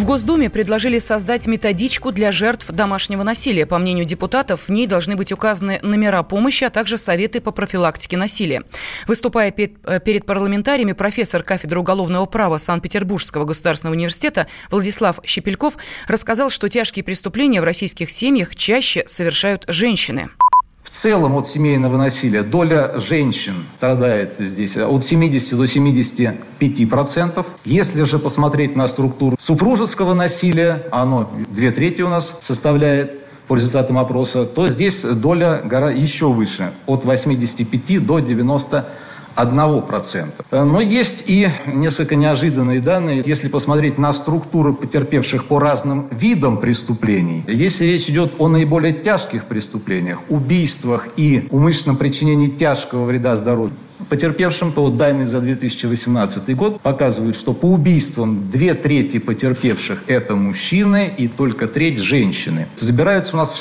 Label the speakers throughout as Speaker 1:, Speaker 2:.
Speaker 1: Госдуме предложили создать методичку для жертв домашнего насилия. По мнению депутатов, в ней должны быть указаны номера помощи, а также советы по профилактике насилия. Выступая перед парламентариями, профессор кафедры уголовного права Санкт-Петербургского государственного университета Владислав Щепельков рассказал, что тяжкие преступления в российских семьях чаще совершают женщины.
Speaker 2: В целом от семейного насилия доля женщин страдает здесь от 70 до 75%. Если же посмотреть на структуру супружеского насилия, оно 2/3 у нас составляет по результатам опроса, то здесь доля еще выше, от 85 до 91%. Но есть и несколько неожиданные данные. Если посмотреть на структуру потерпевших по разным видам преступлений, если речь идет о наиболее тяжких преступлениях, убийствах и умышленном причинении тяжкого вреда здоровью потерпевшим, то данные за 2018 год показывают, что по убийствам 2/3 потерпевших – это мужчины и только треть – женщины. Забираются у нас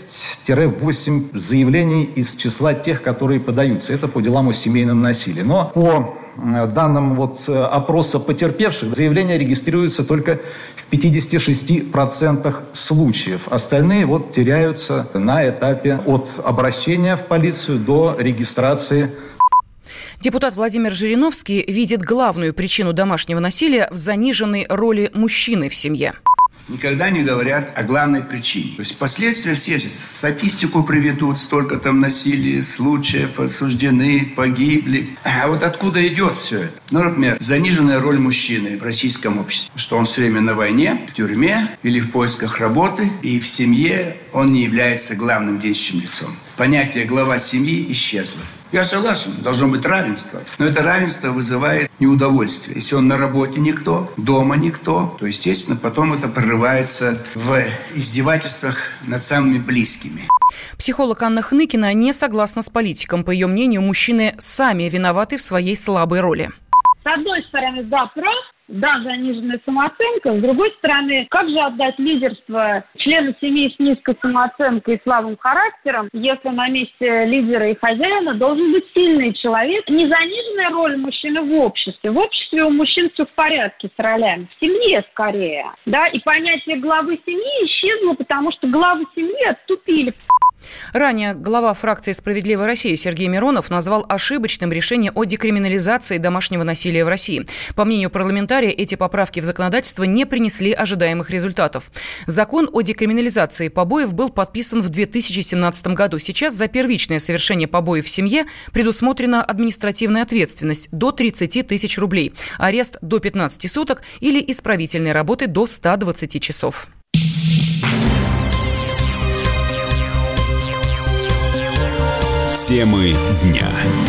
Speaker 2: 6-8 заявлений из числа тех, которые подаются. Это по делам о семейном насилии. Но по данным опроса потерпевших, заявления регистрируются только в 56% случаев. Остальные теряются на этапе от обращения в полицию до регистрации.
Speaker 1: Депутат Владимир Жириновский видит главную причину домашнего насилия в заниженной роли мужчины в семье.
Speaker 3: Никогда не говорят о главной причине. То есть последствия все статистику приведут, столько там насилия, случаев, осуждены, погибли. А вот откуда идет все это? Например, заниженная роль мужчины в российском обществе. Что он все время на войне, в тюрьме или в поисках работы, и в семье он не является главным действующим лицом. Понятие «глава семьи» исчезло. Я согласен, должно быть равенство. Но это равенство вызывает неудовольствие. Если он на работе никто, дома никто, то, естественно, потом это прорывается в издевательствах над самыми близкими.
Speaker 1: Психолог Анна Хныкина не согласна с политиком. По ее мнению, мужчины сами виноваты в своей слабой роли.
Speaker 4: С одной стороны, да, прав. Да, заниженная самооценка. С другой стороны, как же отдать лидерство члену семьи с низкой самооценкой и слабым характером, если на месте лидера и хозяина должен быть сильный человек? Не заниженная роль мужчины в обществе. В обществе у мужчин все в порядке с ролями. В семье скорее. Да, и понятие главы семьи исчезло, потому что главы семьи отступили.
Speaker 1: Ранее глава фракции «Справедливая Россия» Сергей Миронов назвал ошибочным решение о декриминализации домашнего насилия в России. По мнению парламентария, эти поправки в законодательство не принесли ожидаемых результатов. Закон о декриминализации побоев был подписан в 2017 году. Сейчас за первичное совершение побоев в семье предусмотрена административная ответственность до 30 тысяч рублей, арест до 15 суток или исправительной работы до 120 часов.
Speaker 5: Темы дня.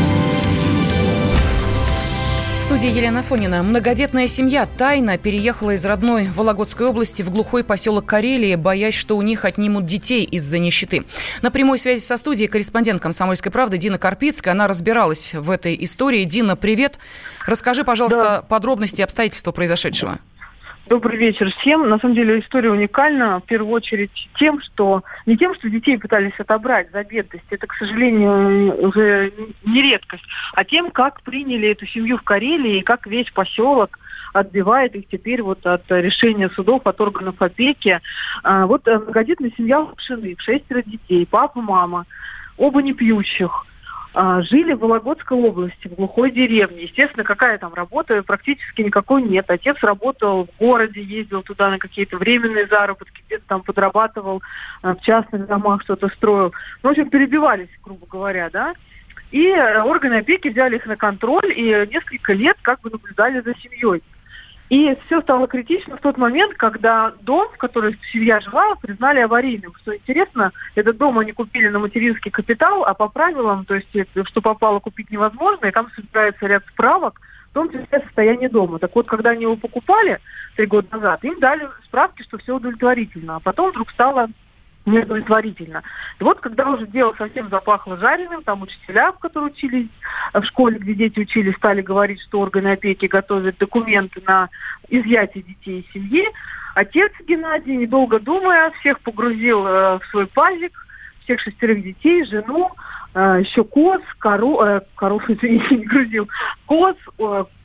Speaker 1: В студии Елена Афонина. Многодетная семья тайно переехала из родной Вологодской области в глухой поселок Карелии, боясь, что у них отнимут детей из-за нищеты. На прямой связи со студией корреспондент «Комсомольской правды» Дина Карпицкая. Она разбиралась в этой истории. Дина, привет. Расскажи, пожалуйста, подробности и обстоятельства произошедшего.
Speaker 6: Добрый вечер всем. На самом деле история уникальна, в первую очередь не тем, что детей пытались отобрать за бедность, это, к сожалению, уже не редкость, а тем, как приняли эту семью в Карелии, и как весь поселок отбивает их теперь от решения судов, от органов опеки. Многодетная семья Лапшиных, 6 детей, папа, мама, оба не пьющих. Жили в Вологодской области, в глухой деревне. Естественно, какая там работа? Практически никакой нет. Отец работал в городе, ездил туда на какие-то временные заработки, где-то там подрабатывал в частных домах, что-то строил. В общем, перебивались, грубо говоря, да. И органы опеки взяли их на контроль и несколько лет наблюдали за семьей. И все стало критично в тот момент, когда дом, в котором семья жила, признали аварийным. Что интересно, этот дом они купили на материнский капитал, а по правилам, то есть что попало, купить невозможно, и там собирается ряд справок, в том числе состояние дома. Так вот, когда они его покупали 3 года назад, им дали справки, что все удовлетворительно. А потом вдруг стало неудовлетворительно. И вот когда уже дело совсем запахло жареным, там учителя, которые учились в школе, где дети учились, стали говорить, что органы опеки готовят документы на изъятие детей из семьи. Отец Геннадий, недолго думая, всех погрузил в свой пазик, всех 6 детей, жену, еще коз, коров, извините, не грузил, коз,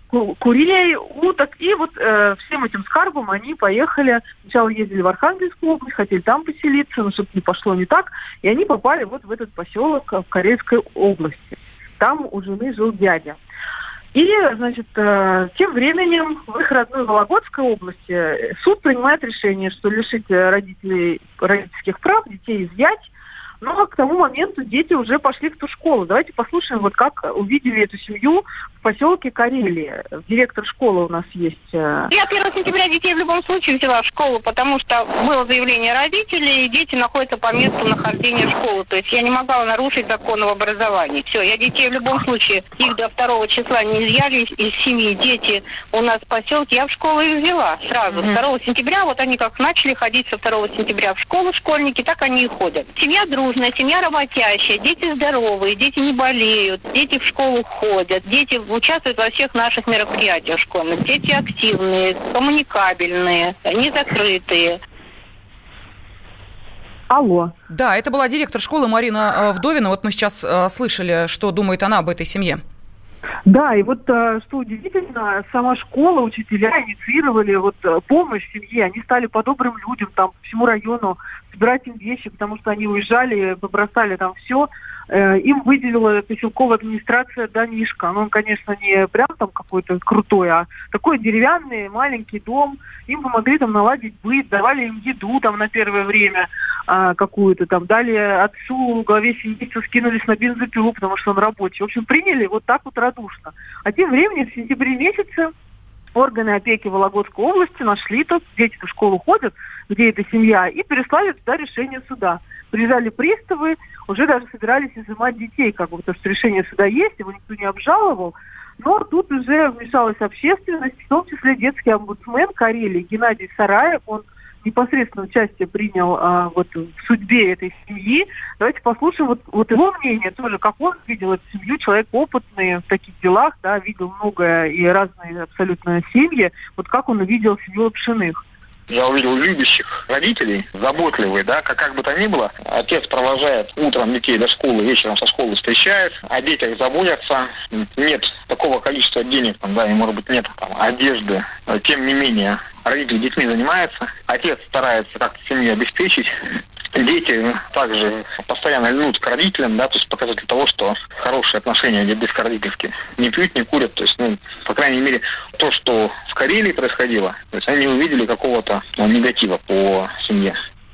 Speaker 6: курей, уток. И вот всем этим скарбом они поехали. Сначала ездили в Архангельскую область, хотели там поселиться, но что-то не пошло не так. И они попали вот в этот поселок в Карельской области. Там у жены жил дядя. И, значит, тем временем в их родной Вологодской области суд принимает решение, что лишить родителей родительских прав, детей изъять. Но к тому моменту дети уже пошли в ту школу. Давайте послушаем, вот как увидели эту семью в поселке Карелия. Директор школы у нас есть.
Speaker 5: Я 1 сентября детей в любом случае взяла в школу, потому что было заявление родителей, и дети находятся по месту нахождения школы. То есть я не могла нарушить закон об образовании. Все, я детей в любом случае, их до 2 числа не изъяли из семьи. Дети у нас в поселке, я в школу их взяла сразу. 2 сентября, вот они как начали ходить со 2 сентября в школу, школьники, так они и ходят. Семья дружная, семья работящая, дети здоровые, дети не болеют, дети в школу ходят, дети участвуют во всех наших мероприятиях школьных. Дети активные, коммуникабельные, не закрытые.
Speaker 6: Алло.
Speaker 1: Да, это была директор школы Марина Вдовина. Вот мы сейчас слышали, что думает она об этой семье.
Speaker 6: Да, и вот что удивительно, сама школа, учителя инициировали вот помощь семье. Они стали по добрым людям, там, по всему району собирать им вещи, потому что они уезжали, побросали там все. Им выделила поселковая администрация домишко. Ну, он, конечно, не прям там какой-то крутой, а такой деревянный маленький дом. Им помогли там наладить быт, давали им еду там на первое время какую-то там. Дали отцу, главе семейства, скинулись на бензопилу, потому что он рабочий. В общем, приняли вот так вот радушно. А тем временем в сентябре месяце органы опеки Вологодской области нашли тут, дети в школу ходят, где эта семья, и переслали туда решение суда. Приезжали приставы, уже даже собирались изымать детей, как бы, потому что решение суда есть, его никто не обжаловал. Но тут уже вмешалась общественность, в том числе детский омбудсмен Карелии Геннадий Сараев, он непосредственно участие принял вот в судьбе этой семьи. Давайте послушаем вот его мнение тоже, как он видел эту семью, человек опытный в таких делах, да, видел многое и разные абсолютно семьи, вот как он увидел семью Лапшиных.
Speaker 7: Я увидел любящих родителей, заботливые, да, как бы то ни было. Отец провожает утром детей до школы, вечером со школы встречает, о детях заботятся. Нет такого количества денег, там, да, и, может быть, нет там одежды. Тем не менее, родители детьми занимаются. Отец старается как-то семью обеспечить. Дети также постоянно льнут к родителям, да, то есть показатель того, что хорошие отношения детско-родительские. Не пьют, не курят, то есть, по крайней мере, то, что в Карелии происходило, то есть они увидели какого-то негатива по семье.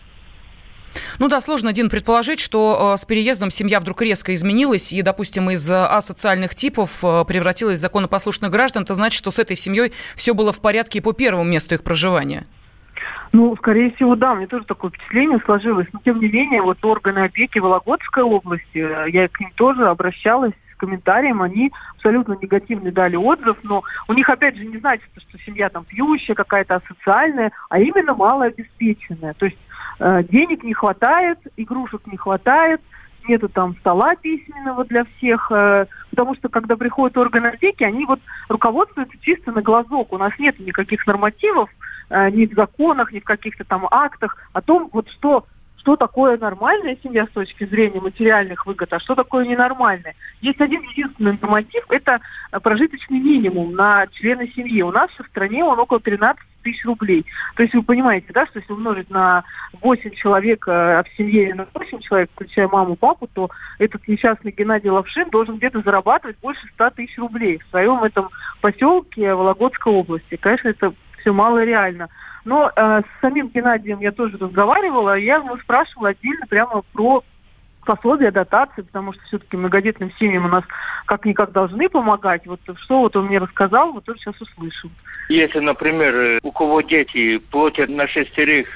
Speaker 1: Ну да, сложно, Дин, предположить, что с переездом семья вдруг резко изменилась и, допустим, из асоциальных типов превратилась в законопослушных граждан. Это значит, что с этой семьей все было в порядке и по первому месту их проживания.
Speaker 6: Ну, скорее всего, да, мне тоже такое впечатление сложилось. Но, тем не менее, вот органы опеки Вологодской области, я к ним тоже обращалась с комментарием, они абсолютно негативный дали отзыв, но у них, опять же, не значит, что семья там пьющая, какая-то асоциальная, а именно малообеспеченная. То есть денег не хватает, игрушек не хватает, нету там стола письменного для всех, потому что, когда приходят органы опеки, они вот руководствуются чисто на глазок. У нас нет никаких нормативов, ни в законах, ни в каких-то там актах о том, вот что такое нормальная семья с точки зрения материальных выгод, а что такое ненормальное. Есть один единственный норматив, это прожиточный минимум на члена семьи. У нас в стране он около 13 тысяч рублей. То есть вы понимаете, да, что если умножить на 8 человек, а в семье на 8 человек, включая маму, папу, то этот несчастный Геннадий Лапшин должен где-то зарабатывать больше 100 тысяч рублей в своем этом поселке Вологодской области. Конечно, это все малореально. Но с самим Геннадием я тоже разговаривала, я его спрашивала отдельно прямо про пособия, дотации, потому что все-таки многодетным семьям у нас как-никак должны помогать. Вот что вот он мне рассказал, вот тоже сейчас услышим.
Speaker 8: Если, например, у кого дети платят на 6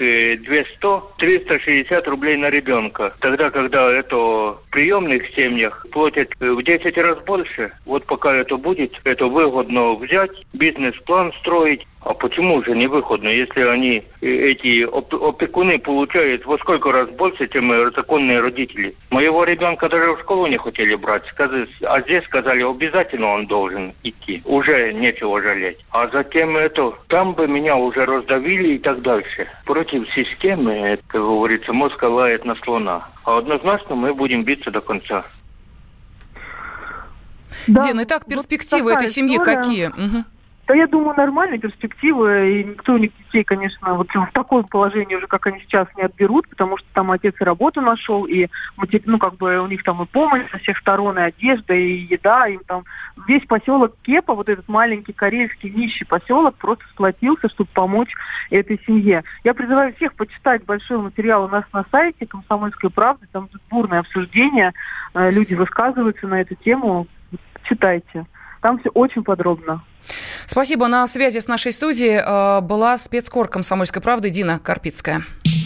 Speaker 8: 360 рублей на ребенка, тогда, когда это в приемных семьях платят в 10 раз больше, вот пока это будет, это выгодно взять, бизнес-план строить. А почему же не выгодно, если они, эти опекуны, получают во сколько раз больше, чем законные родители? Моего ребенка даже в школу не хотели брать, а здесь сказали, обязательно он должен идти. Уже нечего жалеть. А затем там бы меня уже раздавили и так дальше. Против системы, как говорится, мозг лает на слона. А однозначно мы будем биться до конца.
Speaker 6: Да,
Speaker 1: Дина, итак, перспективы этой семьи какие?
Speaker 6: Да, я думаю, нормальные перспективы, и никто у них детей, конечно, вот в таком положении уже, как они сейчас, не отберут, потому что там отец и работу нашел, и у них там и помощь со всех сторон, и одежда, и еда, им там весь поселок Кепа, вот этот маленький карельский нищий поселок, просто сплотился, чтобы помочь этой семье. Я призываю всех почитать большой материал у нас на сайте «Комсомольской правды», там бурное обсуждение, люди высказываются на эту тему, читайте. Там все очень подробно.
Speaker 1: Спасибо. На связи с нашей студией была спецкор «Комсомольской правды» Дина Карпицкая.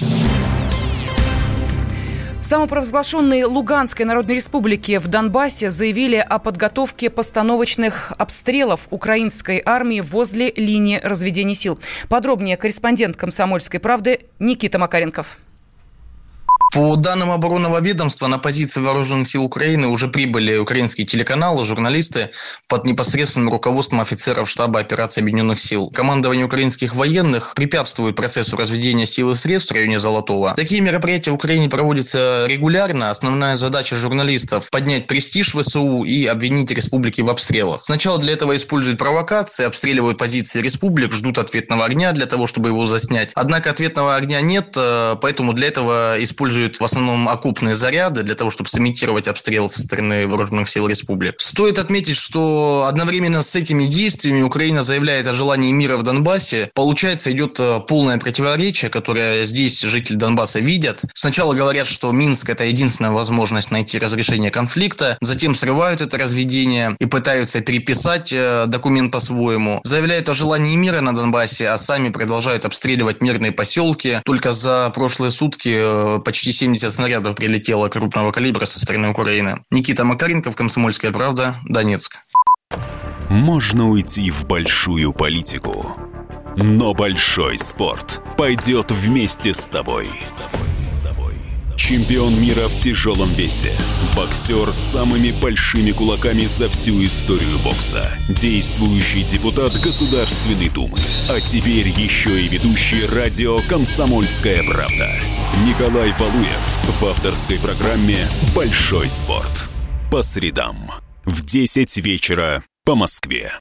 Speaker 1: В самопровозглашенной Луганской Народной Республике в Донбассе заявили о подготовке постановочных обстрелов украинской армии возле линии разведения сил. Подробнее корреспондент «Комсомольской правды» Никита Макаренков.
Speaker 9: По данным оборонного ведомства, на позиции вооруженных сил Украины уже прибыли украинские телеканалы, журналисты под непосредственным руководством офицеров штаба операций Объединенных сил. Командование украинских военных препятствует процессу разведения сил и средств в районе Золотого. Такие мероприятия в Украине проводятся регулярно. Основная задача журналистов – поднять престиж ВСУ и обвинить республики в обстрелах. Сначала для этого используют провокации, обстреливают позиции республик, ждут ответного огня для того, чтобы его заснять. Однако ответного огня нет, поэтому для этого используют в основном окопные заряды для того, чтобы сымитировать обстрел со стороны вооруженных сил республик. Стоит отметить, что одновременно с этими действиями Украина заявляет о желании мира в Донбассе. Получается, идет полное противоречие, которое здесь жители Донбасса видят. Сначала говорят, что Минск – это единственная возможность найти разрешение конфликта. Затем срывают это разведение и пытаются переписать документ по-своему. Заявляют о желании мира на Донбассе, а сами продолжают обстреливать мирные поселки. Только за прошлые сутки почти 70 снарядов прилетело крупного калибра со стороны Украины. Никита Макаренков, «Комсомольская правда», Донецк.
Speaker 10: Можно уйти в большую политику, но большой спорт пойдет вместе с тобой. Чемпион мира в тяжелом весе. Боксер с самыми большими кулаками за всю историю бокса. Действующий депутат Государственной Думы. А теперь еще и ведущий радио «Комсомольская правда». Николай Валуев в авторской программе «Большой спорт». По средам в 10 вечера по Москве.